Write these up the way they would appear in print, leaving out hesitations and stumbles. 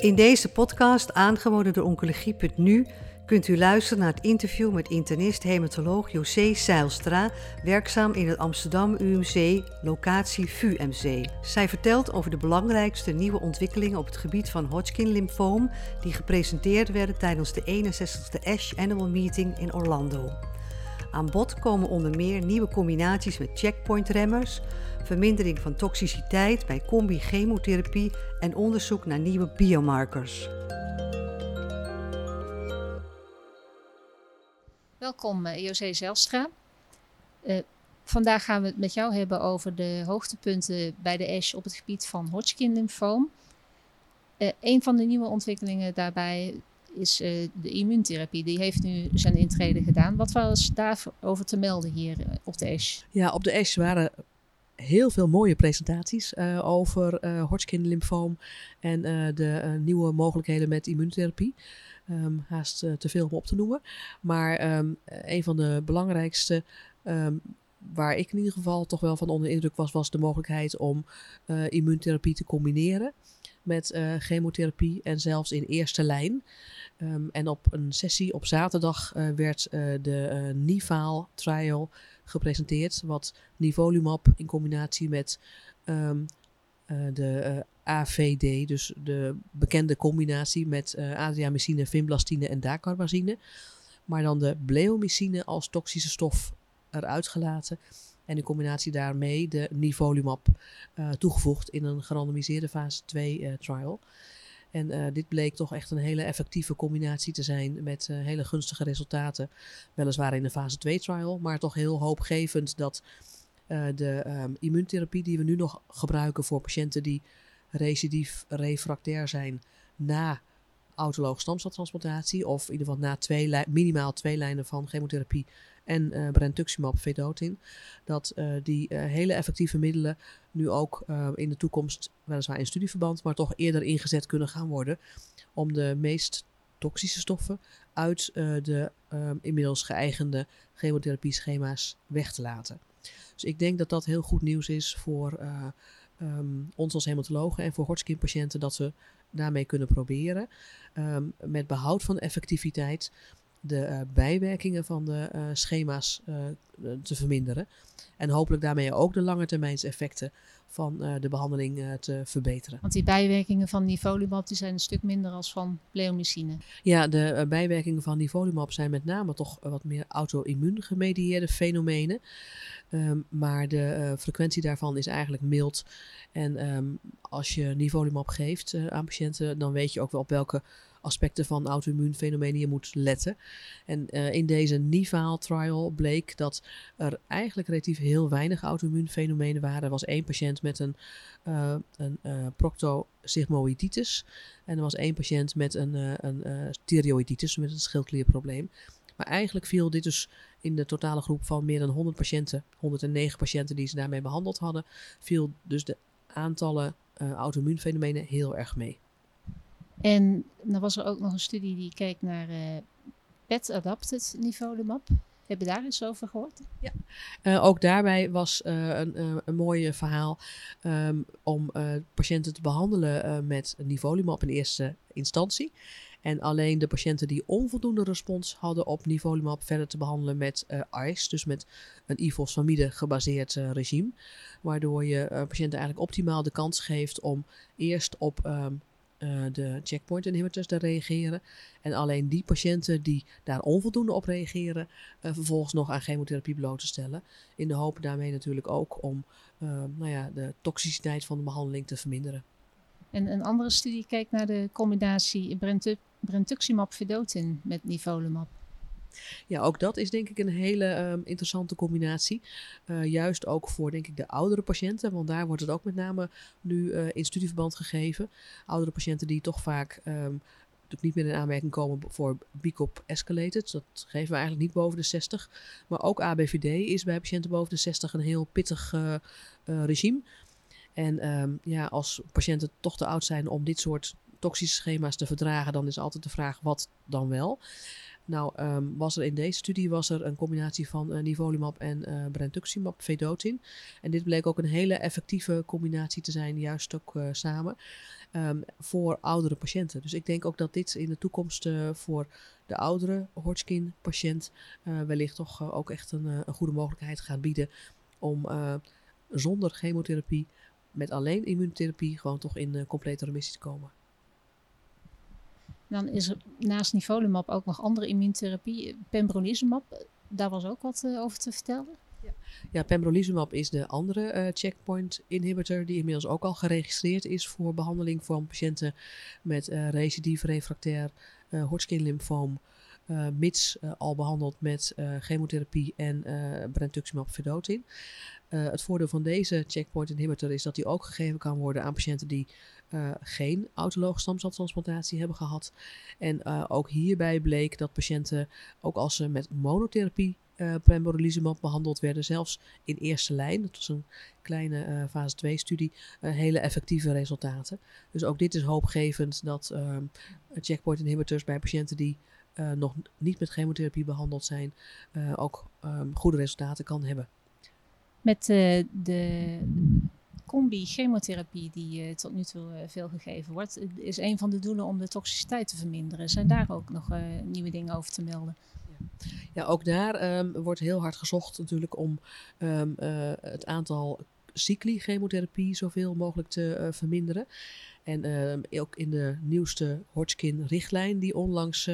In deze podcast, aangeboden door Oncologie.nu, kunt u luisteren naar het interview met internist-hematoloog José Zijlstra, werkzaam in het Amsterdam UMC, locatie VUMC. Zij vertelt over de belangrijkste nieuwe ontwikkelingen op het gebied van Hodgkin-lymfoom die gepresenteerd werden tijdens de 61ste ASH Annual Meeting in Orlando. Aan bod komen onder meer nieuwe combinaties met checkpointremmers, vermindering van toxiciteit bij combi-chemotherapie en onderzoek naar nieuwe biomarkers. Welkom José Zijlstra. Vandaag gaan we het met jou hebben over de hoogtepunten bij de ASH op het gebied van Hodgkin-lymfoom. Een van de nieuwe ontwikkelingen daarbij is de immuuntherapie. Die heeft nu zijn intrede gedaan. Wat was daarover te melden hier op de ASH? Ja, op de ASH waren heel veel mooie presentaties over Hodgkin-lymfoom en de nieuwe mogelijkheden met immuuntherapie. Haast te veel om op te noemen. Maar een van de belangrijkste, waar ik in ieder geval toch wel van onder de indruk was de mogelijkheid om immuuntherapie te combineren met chemotherapie en zelfs in eerste lijn. En op een sessie op zaterdag werd de NIVAAL trial gepresenteerd, wat nivolumab in combinatie met de AVD, dus de bekende combinatie met adriamycine, vinblastine en dacarbazine, maar dan de bleomycine als toxische stof eruit gelaten en in combinatie daarmee de nivolumab toegevoegd in een gerandomiseerde fase 2 trial. En dit bleek toch echt een hele effectieve combinatie te zijn met hele gunstige resultaten. Weliswaar in de fase 2 trial, maar toch heel hoopgevend dat de immuuntherapie die we nu nog gebruiken voor patiënten die recidief refractair zijn na autoloog stamceltransplantatie, of in ieder geval na minimaal 2 lijnen van chemotherapie en brentuximab vedotin, dat die hele effectieve middelen nu ook in de toekomst, weliswaar in studieverband, maar toch eerder ingezet kunnen gaan worden om de meest toxische stoffen uit de inmiddels geëigende chemotherapie-schema's weg te laten. Dus ik denk dat dat heel goed nieuws is voor ons als hematologen en voor Hodgkin-patiënten, dat we daarmee kunnen proberen met behoud van effectiviteit de bijwerkingen van de schema's te verminderen. En hopelijk daarmee ook de langetermijnseffecten van de behandeling te verbeteren. Want die bijwerkingen van nivolumab die zijn een stuk minder als van bleomycine. Ja, de bijwerkingen van nivolumab zijn met name toch wat meer auto-immuun gemedieerde fenomenen. Maar de frequentie daarvan is eigenlijk mild. En als je nivolumab geeft aan patiënten, dan weet je ook wel op welke aspecten van auto-immuunfenomenen je moet letten. En in deze NIVAAL trial bleek dat er eigenlijk relatief heel weinig auto-immuunfenomenen waren. Er was 1 patiënt met een proctosigmoïditis. En er was 1 patiënt met een thyreoïditis, met een schildklierprobleem. Maar eigenlijk viel dit dus in de totale groep van meer dan 100 patiënten, 109 patiënten die ze daarmee behandeld hadden, viel dus de aantallen auto-immuunfenomenen heel erg mee. En dan was er ook nog een studie die keek naar PET-adapted nivolumab. Heb je daar iets over gehoord? Ja, ook daarbij was een mooi verhaal om patiënten te behandelen met nivolumab in eerste instantie. En alleen de patiënten die onvoldoende respons hadden op nivolumab verder te behandelen met ICE, dus met een ifosfamide gebaseerd regime. Waardoor je patiënten eigenlijk optimaal de kans geeft om eerst op de checkpoint inhibitors te reageren. En alleen die patiënten die daar onvoldoende op reageren, vervolgens nog aan chemotherapie bloot te stellen. In de hoop daarmee natuurlijk ook om de toxiciteit van de behandeling te verminderen. En een andere studie kijkt naar de combinatie brentuximab vedotin met nivolumab. Ja, ook dat is denk ik een hele interessante combinatie. Juist ook voor denk ik de oudere patiënten, want daar wordt het ook met name nu in studieverband gegeven. Oudere patiënten die toch vaak natuurlijk niet meer in aanmerking komen voor BICOP escalated. Dat geven we eigenlijk niet boven de 60. Maar ook ABVD is bij patiënten boven de 60 een heel pittig regime. En als patiënten toch te oud zijn om dit soort toxische schema's te verdragen, dan is altijd de vraag wat dan wel. Nou, was er in deze studie een combinatie van nivolumab en brentuximab vedotin. En dit bleek ook een hele effectieve combinatie te zijn, juist ook samen, voor oudere patiënten. Dus ik denk ook dat dit in de toekomst voor de oudere Hodgkin-patiënt wellicht toch ook echt een goede mogelijkheid gaat bieden om zonder chemotherapie, met alleen immunotherapie, gewoon toch in complete remissie te komen. Dan is er naast nivolumab ook nog andere immuuntherapie. Pembrolizumab, daar was ook wat over te vertellen. Ja, pembrolizumab is de andere checkpoint inhibitor die inmiddels ook al geregistreerd is voor behandeling van patiënten met recidief refractair Hodgkin-lymfoom, mits al behandeld met chemotherapie en brentuximab vedotin. Het voordeel van deze checkpoint inhibitor is dat die ook gegeven kan worden aan patiënten die geen autologe stamceltransplantatie hebben gehad. En ook hierbij bleek dat patiënten, ook als ze met monotherapie pembrolizumab behandeld werden, zelfs in eerste lijn, dat was een kleine fase 2 studie, hele effectieve resultaten. Dus ook dit is hoopgevend dat checkpoint inhibitors bij patiënten die nog niet met chemotherapie behandeld zijn, ook goede resultaten kan hebben. Met de combi-chemotherapie die tot nu toe veel gegeven wordt, is een van de doelen om de toxiciteit te verminderen. Zijn daar ook nog nieuwe dingen over te melden? Ja, ook daar wordt heel hard gezocht natuurlijk om het aantal cycli chemotherapie zoveel mogelijk te verminderen. En ook in de nieuwste Hodgkin-richtlijn die onlangs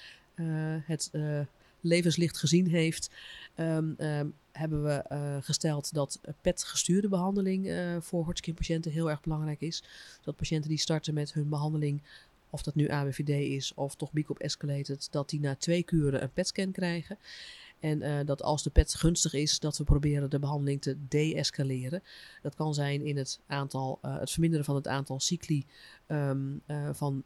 het levenslicht gezien heeft, hebben we gesteld dat PET-gestuurde behandeling voor Hodgkin-patiënten heel erg belangrijk is. Dat patiënten die starten met hun behandeling, of dat nu ABVD is of toch BICOP escalated, dat die na 2 kuren een PET-scan krijgen. En dat als de PET gunstig is, dat we proberen de behandeling te de-escaleren. Dat kan zijn in het verminderen van het aantal cycli van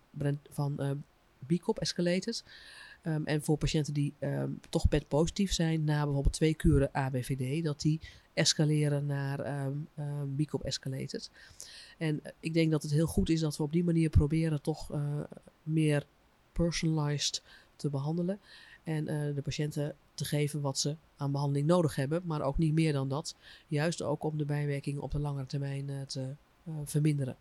BICOP escalated. En voor patiënten die toch PET-positief zijn, na bijvoorbeeld 2 kuren ABVD, dat die escaleren naar BICOP escalated. En ik denk dat het heel goed is dat we op die manier proberen toch meer personalized te behandelen. En de patiënten te geven wat ze aan behandeling nodig hebben, maar ook niet meer dan dat. Juist ook om de bijwerkingen op de langere termijn te verminderen.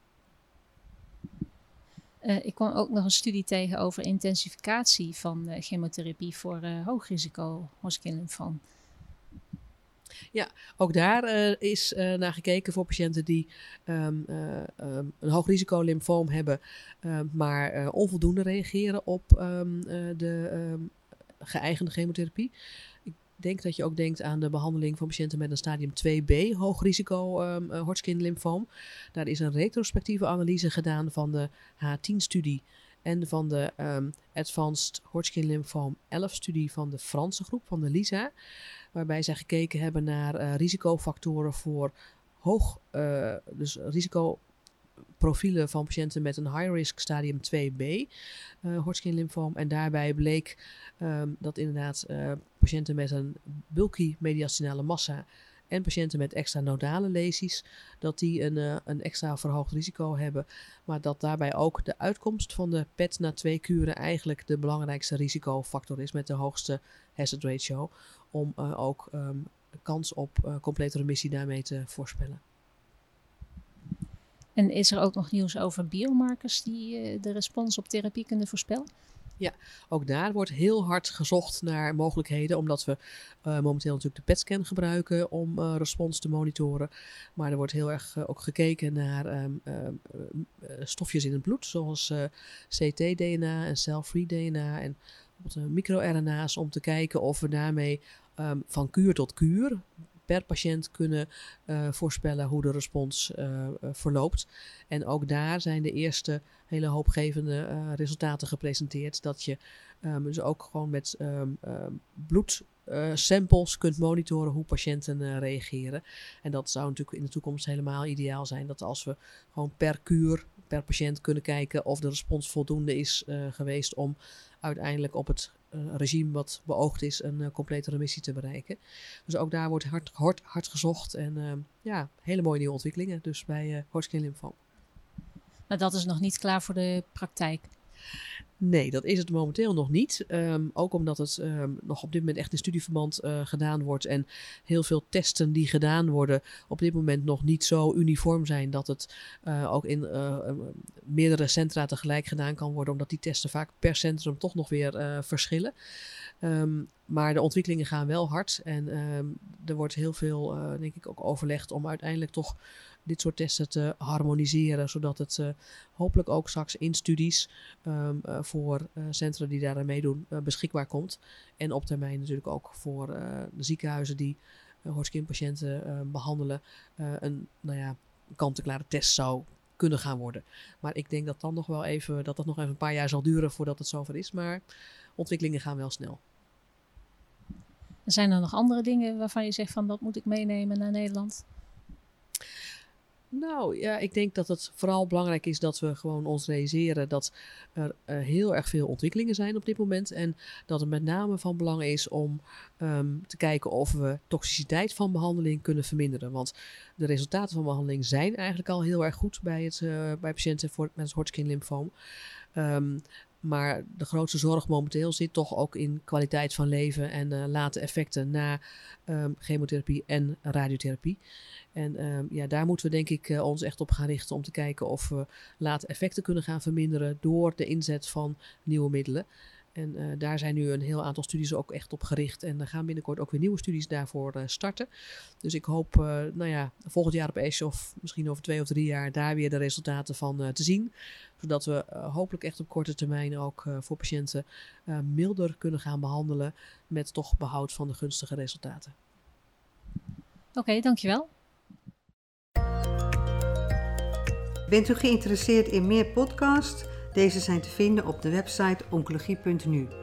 Ik kwam ook nog een studie tegen over intensificatie van chemotherapie voor hoogrisico Hodgkin-lymfoom. Ja, ook daar is naar gekeken voor patiënten die een hoog risico lymfoom hebben, maar onvoldoende reageren op de geëigende chemotherapie. Ik denk dat je ook denkt aan de behandeling van patiënten met een stadium 2b hoog risico Hodgkin-lymfoom. Daar is een retrospectieve analyse gedaan van de H10-studie en van de Advanced Hodgkin Lymphome 11-studie van de Franse groep, van de LISA. Waarbij zij gekeken hebben naar risicofactoren voor dus risicoprofielen van patiënten met een high-risk stadium 2b Hodgkin lymfoom. En daarbij bleek dat inderdaad patiënten met een bulky mediastinale massa en patiënten met extra nodale lesies, dat die een extra verhoogd risico hebben. Maar dat daarbij ook de uitkomst van de PET na 2 kuren eigenlijk de belangrijkste risicofactor is met de hoogste hazard ratio. Om ook kans op complete remissie daarmee te voorspellen. En is er ook nog nieuws over biomarkers die de respons op therapie kunnen voorspellen? Ja, ook daar wordt heel hard gezocht naar mogelijkheden, omdat we momenteel natuurlijk de PET-scan gebruiken om respons te monitoren. Maar er wordt heel erg ook gekeken naar stofjes in het bloed, zoals CT-DNA en cell-free DNA en microRNA's, om te kijken of we daarmee van kuur tot kuur per patiënt kunnen voorspellen hoe de respons verloopt. En ook daar zijn de eerste hele hoopgevende resultaten gepresenteerd. Dat je dus ook gewoon met bloedsamples kunt monitoren hoe patiënten reageren. En dat zou natuurlijk in de toekomst helemaal ideaal zijn. Dat als we gewoon per kuur, per patiënt kunnen kijken of de respons voldoende is geweest om uiteindelijk op het regime wat beoogd is een complete remissie te bereiken. Dus ook daar wordt hard gezocht en hele mooie nieuwe ontwikkelingen dus bij Hodgkin lymfoom. Maar dat is nog niet klaar voor de praktijk? Nee, dat is het momenteel nog niet. Ook omdat het nog op dit moment echt in studieverband gedaan wordt. En heel veel testen die gedaan worden op dit moment nog niet zo uniform zijn dat het ook in meerdere centra tegelijk gedaan kan worden. Omdat die testen vaak per centrum toch nog weer verschillen. Maar de ontwikkelingen gaan wel hard. En er wordt heel veel, denk ik, ook overlegd om uiteindelijk toch dit soort testen te harmoniseren. Zodat het hopelijk ook straks in studies voor centra die daar aan meedoen beschikbaar komt. En op termijn natuurlijk ook voor de ziekenhuizen die Hodgkin-patiënten behandelen. Een kant-en-klare test zou kunnen gaan worden. Maar ik denk dat dat nog even een paar jaar zal duren voordat het zover is. Maar ontwikkelingen gaan wel snel. Zijn er nog andere dingen waarvan je zegt van dat moet ik meenemen naar Nederland? Nou ja, ik denk dat het vooral belangrijk is dat we gewoon ons realiseren dat er heel erg veel ontwikkelingen zijn op dit moment. En dat het met name van belang is om te kijken of we toxiciteit van behandeling kunnen verminderen. Want de resultaten van behandeling zijn eigenlijk al heel erg goed bij patiënten met Hodgkin lymfoom. Maar de grootste zorg momenteel zit toch ook in kwaliteit van leven en late effecten na chemotherapie en radiotherapie. En daar moeten we denk ik ons echt op gaan richten om te kijken of we late effecten kunnen gaan verminderen door de inzet van nieuwe middelen. En daar zijn nu een heel aantal studies ook echt op gericht. En er gaan binnenkort ook weer nieuwe studies daarvoor starten. Dus ik hoop volgend jaar op ASH of misschien over 2 of 3 jaar daar weer de resultaten van te zien. Zodat we hopelijk echt op korte termijn ook voor patiënten milder kunnen gaan behandelen met toch behoud van de gunstige resultaten. Oké, dankjewel. Bent u geïnteresseerd in meer podcasts? Deze zijn te vinden op de website oncologie.nu.